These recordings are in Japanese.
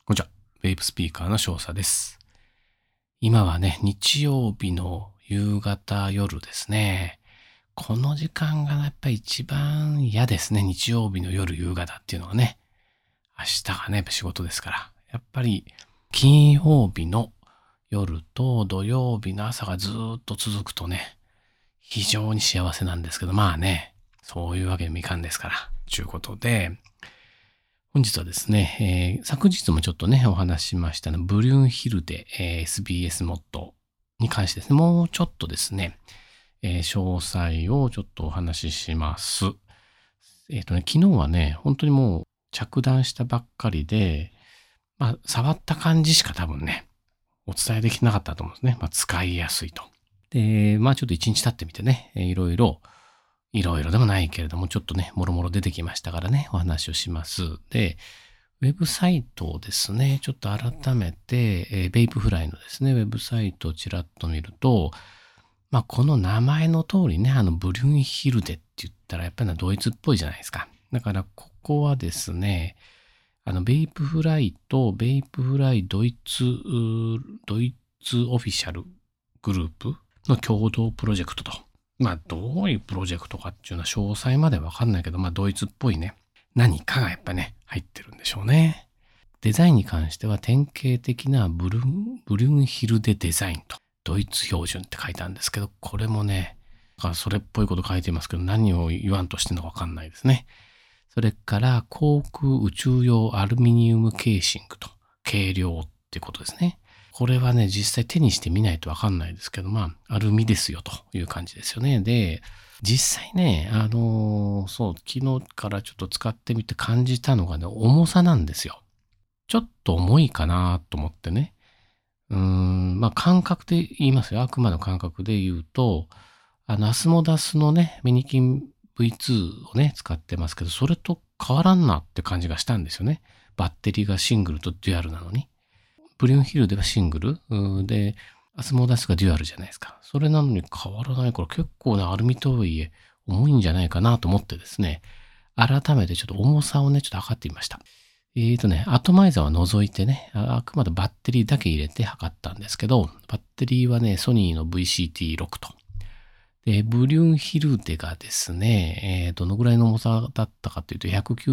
こんにちは。ウェーブスピーカーの翔太です。今はね、日曜日の夕方夜ですね。この時間がやっぱり一番嫌ですね。日曜日の夜夕方っていうのはね。明日がね、やっぱ仕事ですから。やっぱり金曜日の夜と土曜日の朝がずっと続くとね、非常に幸せなんですけど、まあね、そういうわけにもいかんですから。ということで、本日はですね、昨日もちょっとね、お話ししましたブリュンヒルデ、SBS モッドに関してですね、もうちょっとですね、詳細をちょっとお話しします。昨日はね、本当にもう着弾したばっかりで、触った感じしか多分ね、お伝えできなかったと思うんですね。使いやすいと。で、ちょっと一日経ってみてね、いろいろでもないけれども、ちょっとね、もろもろ出てきましたからね、お話をします。で、ウェブサイトをですね、ちょっと改めて、ベイプフライのですね、ウェブサイトをちらっと見ると、この名前の通りね、ブリュンヒルデって言ったらやっぱりドイツっぽいじゃないですか。だから、ここはですね、ベイプフライとベイプフライドイツオフィシャルグループの共同プロジェクトと。どういうプロジェクトかっていうのは詳細までわかんないけど、ドイツっぽいね、何かがやっぱね、入ってるんでしょうね。デザインに関しては典型的なブリュンヒルデデザインと、ドイツ標準って書いてあるんですけど、これもね、それっぽいこと書いていますけど、何を言わんとしてるのかわかんないですね。それから、航空宇宙用アルミニウムケーシングと、軽量っていうことですね。これはね、実際手にしてみないとわかんないですけど、アルミですよという感じですよね。で、実際ね、昨日からちょっと使ってみて感じたのがね、重さなんですよ。ちょっと重いかなと思ってね。感覚で言いますよ。悪魔の感覚で言うと、アスモダスのね、メニキン V2 をね、使ってますけど、それと変わらんなって感じがしたんですよね。バッテリーがシングルとデュアルなのに。ブリュンヒルではシングルで、アスモダスがデュアルじゃないですか。それなのに変わらないから結構ね、アルミとはいえ重いんじゃないかなと思ってですね、改めてちょっと重さをね、ちょっと測ってみました。アトマイザーは除いてね、あくまでバッテリーだけ入れて測ったんですけど、バッテリーはね、ソニーの VCT6 と。で、ブリュンヒルデがですね、どのぐらいの重さだったかというと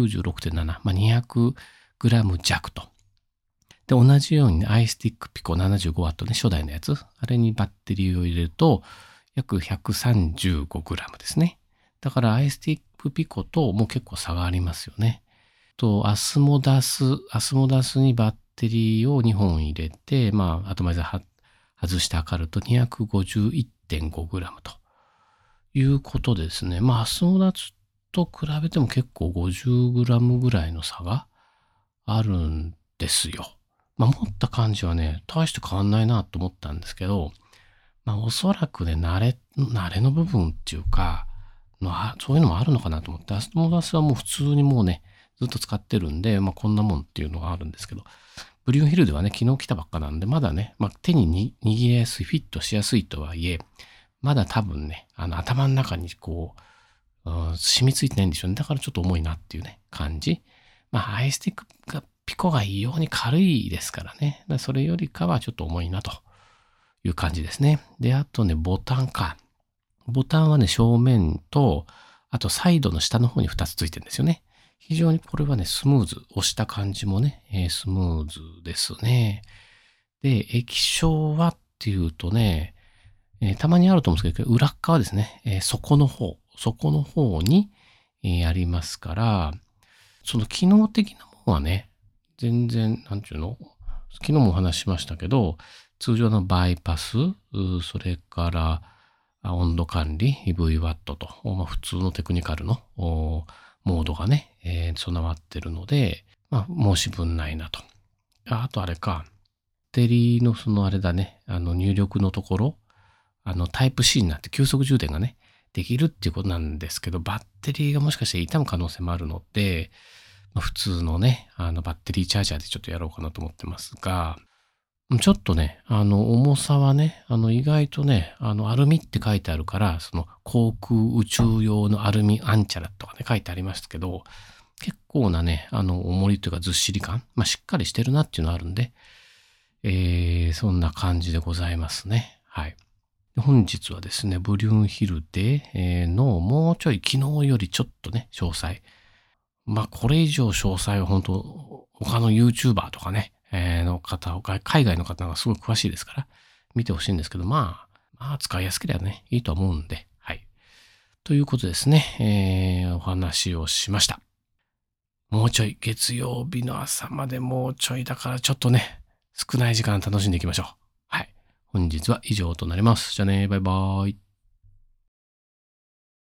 196.7、200グラム弱と。で、同じようにね、iStick Pico 75W ね、初代のやつ。あれにバッテリーを入れると、約 135g ですね。だから iStick Pico ともう結構差がありますよね。アスモダスにバッテリーを2本入れて、アトマイザー外して測ると 251.5g ということですね。アスモダスと比べても結構 50g ぐらいの差があるんですよ。持った感じはね、大して変わんないなと思ったんですけど、おそらくね、慣れの部分っていうか、そういうのもあるのかなと思って、アスモダスはもう普通にもうね、ずっと使ってるんで、こんなもんっていうのがあるんですけど、ブリュンヒルではね、昨日来たばっかなんで、まだね、手に握りやすい、フィットしやすいとはいえ、まだ多分ね、頭の中に染みついてないんでしょうね。だからちょっと重いなっていうね、感じ。アイスティックがピコが異様に軽いですからね。それよりかはちょっと重いなという感じですね。で、あとね、ボタンか。ボタンはね、正面と、あとサイドの下の方に2つついてるんですよね。非常にこれはね、スムーズ。押した感じもね、スムーズですね。で、液晶はっていうとね、たまにあると思うんですけど、裏側ですね、底の方に、ありますから、その機能的なものはね、全然、なんていうの、昨日もお話ししましたけど、通常のバイパス、それから温度管理、VWatt と、普通のテクニカルのモードがね、備わってるので、申し分ないなと。あとあれか、バッテリーのそのあれだね、入力のところ、タイプ C になって急速充電がね、できるっていうことなんですけど、バッテリーがもしかして傷む可能性もあるので、普通のね、バッテリーチャージャーでちょっとやろうかなと思ってますが、ちょっとね、重さはね、意外とね、アルミって書いてあるから、その航空宇宙用のアルミアンチャラとかね、書いてありましたけど、 結構なね、重りというかずっしり感、しっかりしてるなっていうのがあるんで、そんな感じでございますね。はい。本日はですね、ブリュンヒルデのもうちょい昨日よりちょっとね、詳細。これ以上詳細は本当他の YouTuber とかね、の方、海外の方がすごい詳しいですから、見てほしいんですけど、使いやすければね、いいと思うんで、はい。ということですね、お話をしました。もうちょい、月曜日の朝までもうちょいだからちょっとね、少ない時間楽しんでいきましょう。はい。本日は以上となります。じゃあね、バイバーイ。